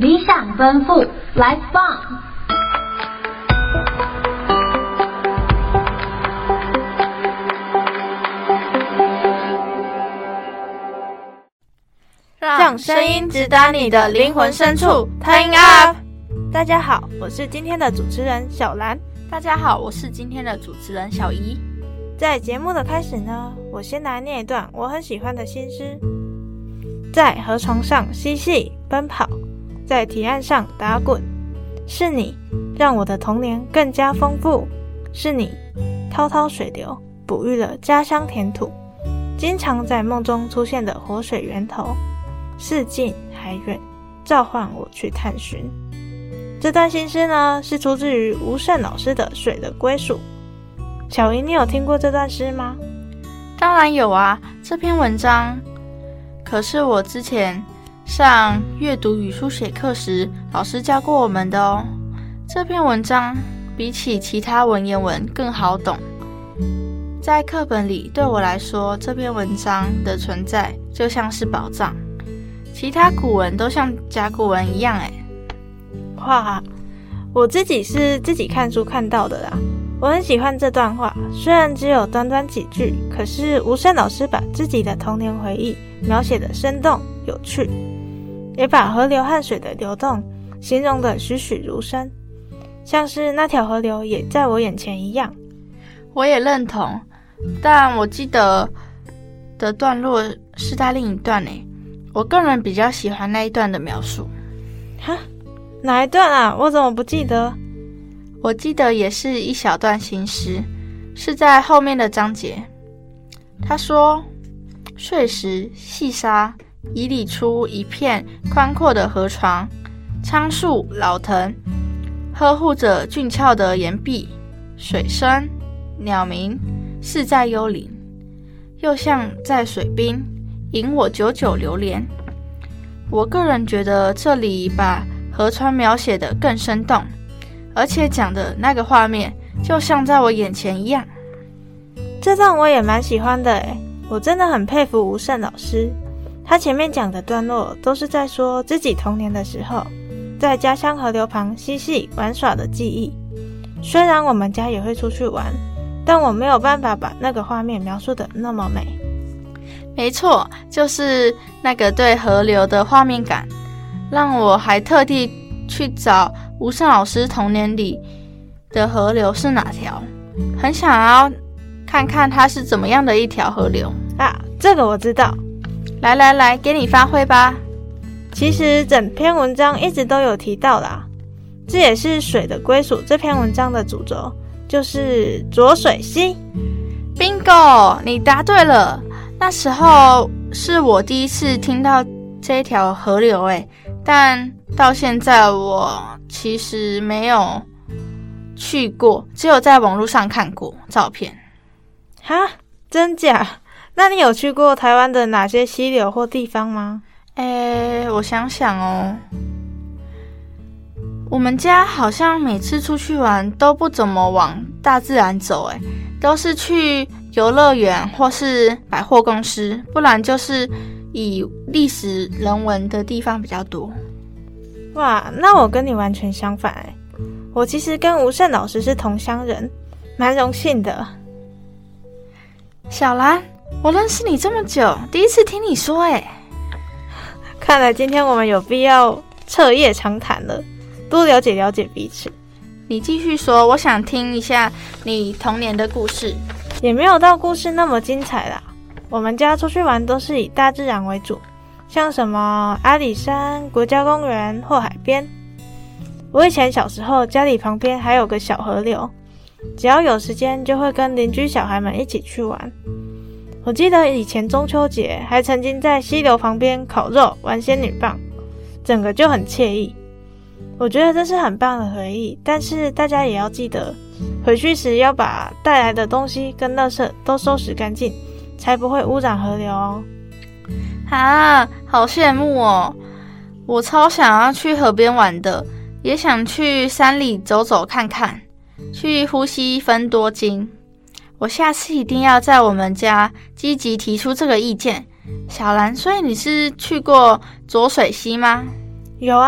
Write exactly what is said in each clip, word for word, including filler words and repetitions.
理想奔赴 Life Bomb。 让声音直达你的灵魂深处 ，Turn up！ 大家好，我是今天的主持人小兰。 大家好，我是今天的主持人小怡。 在节目的开始呢，我先来念一段我很喜欢的新诗。在河床上嬉戏奔跑，在堤岸上打滚，是你让我的童年更加丰富，是你滔滔水流哺育了家乡田土，经常在梦中出现的活水源头，是近还远，召唤我去探寻。这段新诗呢，是出自于吴胜老师的《水的归属》。小姨，你有听过这段诗吗？ 当然有啊，这篇文章可是我之前上阅读与书写课时老师教过我们的哦。这篇文章比起其他文言文更好懂，在课本里对我来说，这篇文章的存在就像是宝藏，其他古文都像甲骨文一样诶。 哇，我自己是自己看书看到的啦。我很喜欢这段话，虽然只有短短几句，可是吴胜老师把自己的童年回忆描写得生动有趣，也把河流和水的流动形容得栩栩如生，像是那条河流也在我眼前一样。 我也认同，但我记得的段落是在另一段诶，我个人比较喜欢那一段的描述。 哈，哪一段啊？我怎么不记得？ 我记得也是一小段新诗，是在后面的章节。他说，睡时细沙已理出一片宽阔的河床，苍树老藤呵护着俊俏的岩壁，水声鸟鸣似在幽灵，又像在水滨引我久久流连。我个人觉得这里把河川描写得更生动，而且讲的那个画面就像在我眼前一样。 这段我也蛮喜欢的诶，我真的很佩服吴胜老师。他前面讲的段落都是在说自己童年的时候在家乡河流旁嬉戏玩耍的记忆。虽然我们家也会出去玩，但我没有办法把那个画面描述得那么美。 没错，就是那个对河流的画面感，让我还特地去找吴胜老师童年里的河流是哪条，很想要看看它是怎么样的一条河流啊。这个我知道， 来来来，给你发挥吧。 其实整篇文章一直都有提到啦，这也是《水的归属》这篇文章的主轴，就是浊水溪。 Bingo， 你答对了。那时候是我第一次听到这条河流诶，但到现在我其实没有去过，只有在网络上看过照片。 哈，真假？那你有去过台湾的哪些溪流或地方吗？ 诶，我想想哦，我们家好像每次出去玩都不怎么往大自然走，诶，都是去游乐园或是百货公司，不然就是以历史人文的地方比较多。 哇，那我跟你完全相反诶，我其实跟吴胜老师是同乡人，蛮荣幸的。 小兰，我认识你这么久，第一次听你说诶。 看来今天我们有必要彻夜长谈了，多了解了解彼此。 你继续说，我想听一下你童年的故事。 也没有到故事那么精彩啦，我们家出去玩都是以大自然为主，像什么阿里山国家公园或海边。我以前小时候家里旁边还有个小河流，只要有时间就会跟邻居小孩们一起去玩。我记得以前中秋节还曾经在溪流旁边烤肉玩仙女棒，整个就很惬意。我觉得这是很棒的回忆，但是大家也要记得回去时要把带来的东西跟垃圾都收拾干净，才不会污染河流哦。 啊，好羡慕哦！我超想要去河边玩的，也想去山里走走看看，去呼吸芬多精。我下次一定要在我们家积极提出这个意见。小兰，所以你是去过浊水溪吗？ 有啊，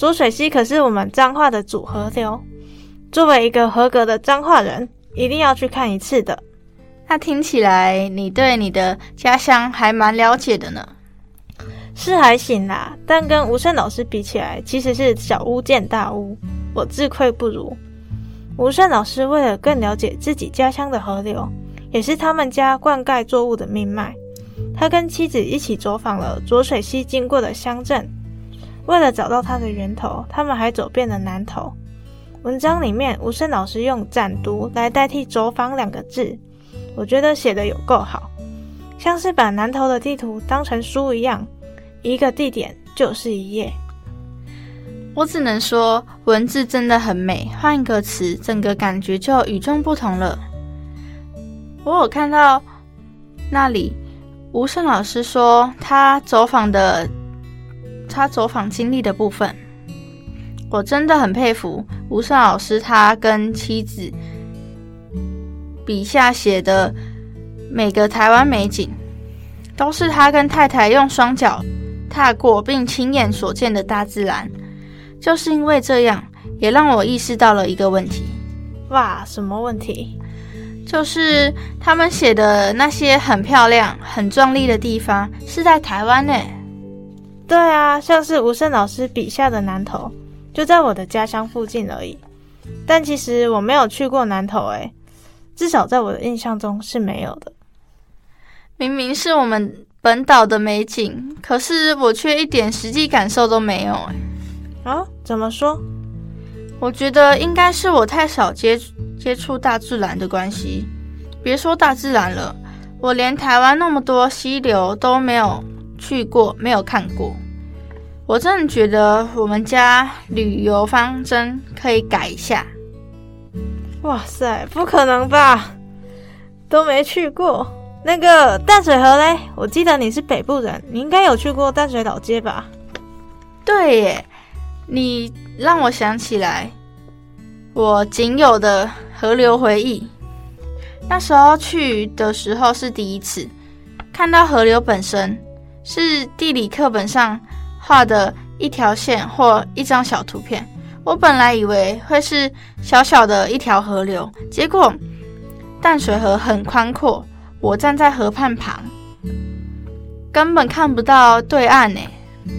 浊水溪可是我们彰化的主河流，作为一个合格的彰化人，一定要去看一次的。 那听起来你对你的家乡还蛮了解的呢。 是还行啦，但跟吴胜老师比起来，其实是小巫见大巫，我自愧不如。吴胜老师为了更了解自己家乡的河流，也是他们家灌溉作物的命脉，他跟妻子一起走访了浊水溪经过的乡镇。为了找到它的源头，他们还走遍了南投。文章里面，吴胜老师用展读来代替走访两个字，我觉得写得有够好，像是把南投的地图当成书一样，一个地点就是一页。 我只能说文字真的很美，换一个词整个感觉就与众不同了。我有看到那里吴胜老师说他走访的他走访经历的部分，我真的很佩服吴胜老师，他跟妻子笔下写的每个台湾美景都是他跟太太用双脚踏过并亲眼所见的大自然。就是因为这样，也让我意识到了一个问题。 哇，什么问题？ 就是他们写的那些很漂亮很壮丽的地方是在台湾耶。 对啊，像是吴胜老师笔下的南投，就在我的家乡附近而已。但其实我没有去过南投诶，至少在我的印象中是没有的。 明明是我们本岛的美景，可是我却一点实际感受都没有诶。 啊？怎么说？ 我觉得应该是我太少接接触大自然的关系。别说大自然了，我连台湾那么多溪流都没有去过，没有看过。我真的觉得我们家旅游方针可以改一下。 哇塞，不可能吧？都没去过。那个淡水河嘞？我记得你是北部人，你应该有去过淡水老街吧？ 对耶，你让我想起来我仅有的河流回忆。那时候去的时候是第一次看到河流本身，是地理课本上画的一条线或一张小图片。我本来以为会是小小的一条河流，结果淡水河很宽阔，我站在河畔旁，根本看不到对岸耶。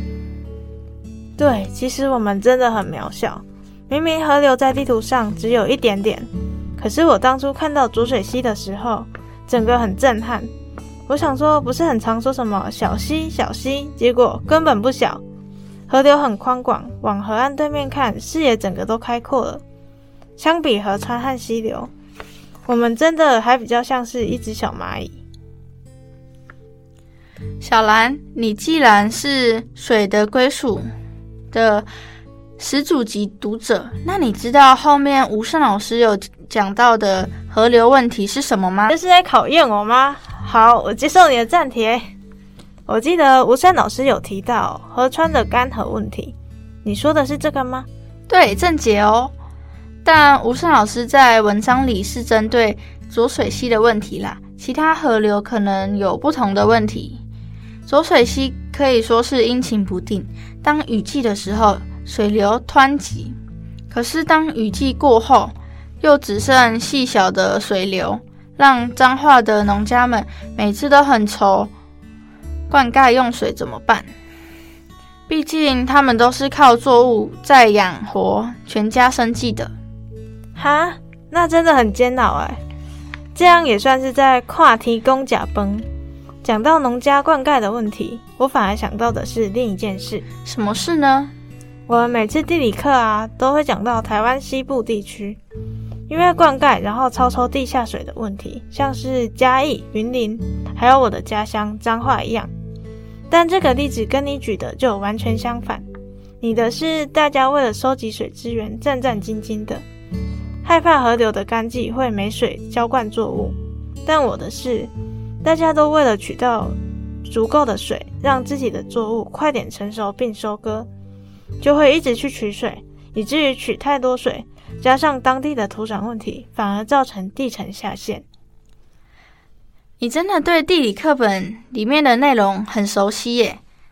对，其实我们真的很渺小，明明河流在地图上只有一点点，可是我当初看到浊水溪的时候，整个很震撼。我想说，不是很常说什么小溪小溪，结果根本不小，河流很宽广，往河岸对面看，视野整个都开阔了。相比河川和溪流，我们真的还比较像是一只小蚂蚁。 小兰，你既然是水的归属的始祖级读者，那你知道后面吴胜老师有讲到的河流问题是什么吗？ 这是在考验我吗？好，我接受你的暂帖。我记得吴胜老师有提到河川的干涸问题，你说的是这个吗？ 对，正解哦。但吴胜老师在文章里是针对浊水溪的问题啦，其他河流可能有不同的问题。浊水溪可以说是阴晴不定，当雨季的时候水流湍急，可是当雨季过后又只剩细小的水流，让彰化的农家们每次都很愁灌溉用水怎么办。毕竟他们都是靠作物在养活全家生计的。 哈，那真的很煎熬哎。这样也算是在跨题公甲崩。讲到农家灌溉的问题，我反而想到的是另一件事。 什么事呢？ 我们每次地理课啊，都会讲到台湾西部地区，因为灌溉然后超抽地下水的问题，像是嘉义、云林，还有我的家乡彰化一样。但这个例子跟你举的就完全相反，你的是大家为了收集水资源战战兢兢的，害怕河流的干季会没水浇灌作物，但我的是大家都为了取到足够的水，让自己的作物快点成熟并收割，就会一直去取水，以至于取太多水，加上当地的土壤问题，反而造成地层下陷。 你真的对地理课本里面的内容很熟悉耶，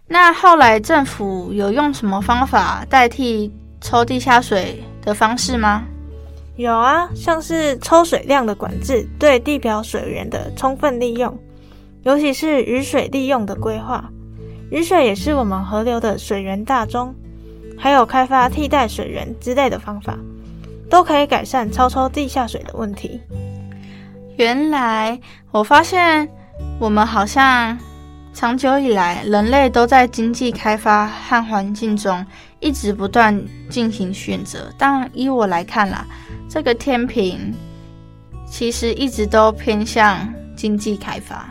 那后来政府有用什么方法代替抽地下水的方式吗？ 有啊，像是抽水量的管制，对地表水源的充分利用，尤其是雨水利用的规划。雨水也是我们河流的水源大宗，还有开发替代水源之类的方法，都可以改善超抽地下水的问题。 原来我发现我们好像长久以来人类都在经济开发和环境中一直不断进行选择，但依我来看啦，这个天平其实一直都偏向经济开发。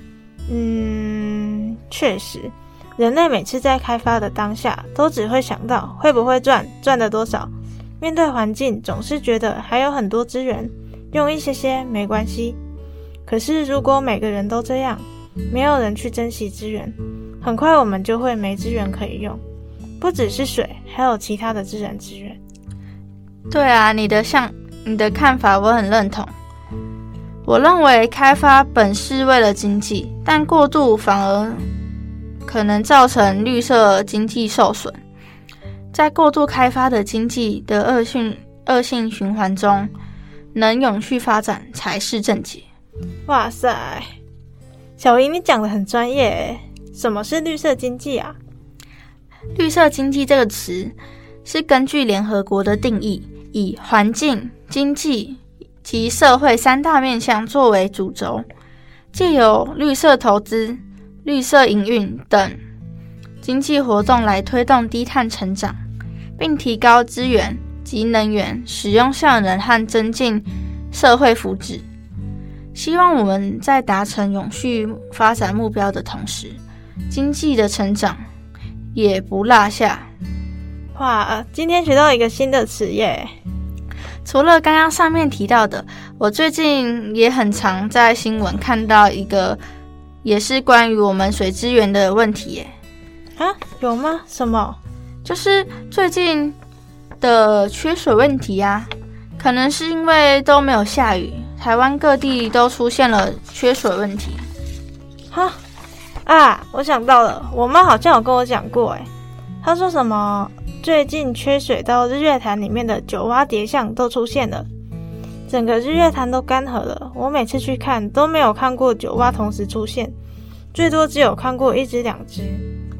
嗯，确实，人类每次在开发的当下都只会想到会不会赚，赚了多少。面对环境总是觉得还有很多资源，用一些些没关系。可是如果每个人都这样，没有人去珍惜资源，很快我们就会没资源可以用，不只是水，还有其他的自然资源。 对啊，你的像你的看法我很认同。我认为开发本是为了经济，但过度反而可能造成绿色经济受损。在过度开发的经济的恶性恶性循环中，能永续发展才是正解。 哇塞，小姨你讲得很专业耶。什么是绿色经济啊？ 绿色经济这个词是根据联合国的定义，以环境、经济及社会三大面向作为主轴，藉由绿色投资、绿色营运等经济活动来推动低碳成长，并提高资源及能源使用效能和增进社会福祉。希望我们在达成永续发展目标的同时，经济的成长也不落下。 哇，今天学到一个新的词耶！ 除了刚刚上面提到的，我最近也很常在新闻看到一个也是关于我们水资源的问题耶。 啊，有吗？什么？ 就是最近的缺水问题啊，可能是因为都没有下雨，台湾各地都出现了缺水问题。 哈啊，我想到了，我妈好像有跟我讲过诶，她说什么最近缺水到日月潭里面的九蛙蝶象都出现了，整个日月潭都干涸了。我每次去看都没有看过九蛙同时出现，最多只有看过一只两只。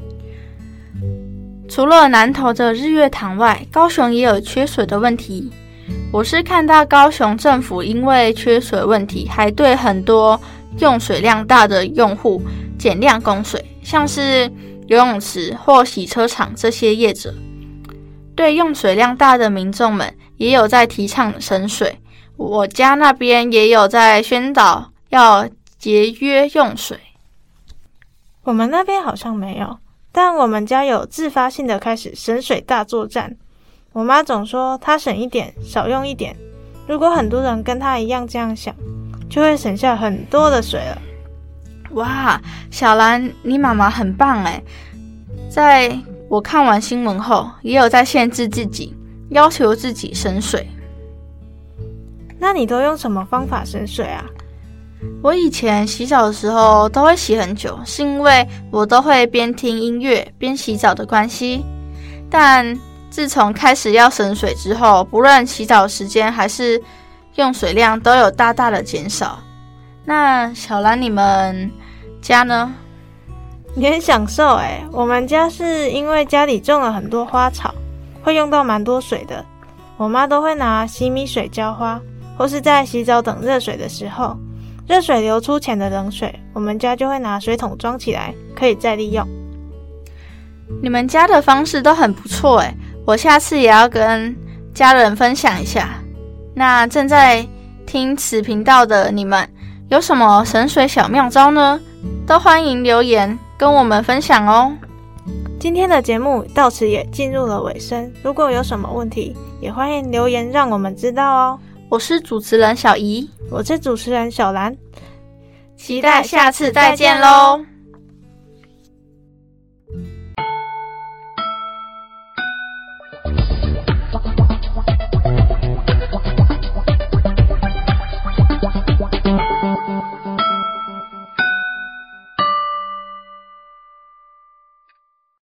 除了南投的日月潭外，高雄也有缺水的问题。我是看到高雄政府因为缺水问题，还对很多用水量大的用户减量供水，像是游泳池或洗车场这些业者。对用水量大的民众们也有在提倡省水，我家那边也有在宣导要节约用水。 我们那边好像没有，但我们家有自发性的开始省水大作战。我妈总说她省一点少用一点，如果很多人跟她一样这样想，就会省下很多的水了。 哇，小兰你妈妈很棒耶，在我看完新闻后也有在限制自己，要求自己省水。 那你都用什么方法省水啊？ 我以前洗澡的时候都会洗很久，是因为我都会边听音乐边洗澡的关系。但自从开始要省水之后，不论洗澡时间还是用水量都有大大的减少。那小兰你们家呢？ 你很享受诶，我们家是因为家里种了很多花草，会用到蛮多水的。我妈都会拿洗米水浇花，或是在洗澡等热水的时候，热水流出前的冷水，我们家就会拿水桶装起来，可以再利用。 你们家的方式都很不错诶，我下次也要跟家人分享一下。那正在听此频道的你们，有什么省水小妙招呢？都欢迎留言跟我们分享哦。 今天的节目到此也进入了尾声，如果有什么问题，也欢迎留言让我们知道哦。 我是主持人小怡， 我是主持人小兰， 期待下次再见咯。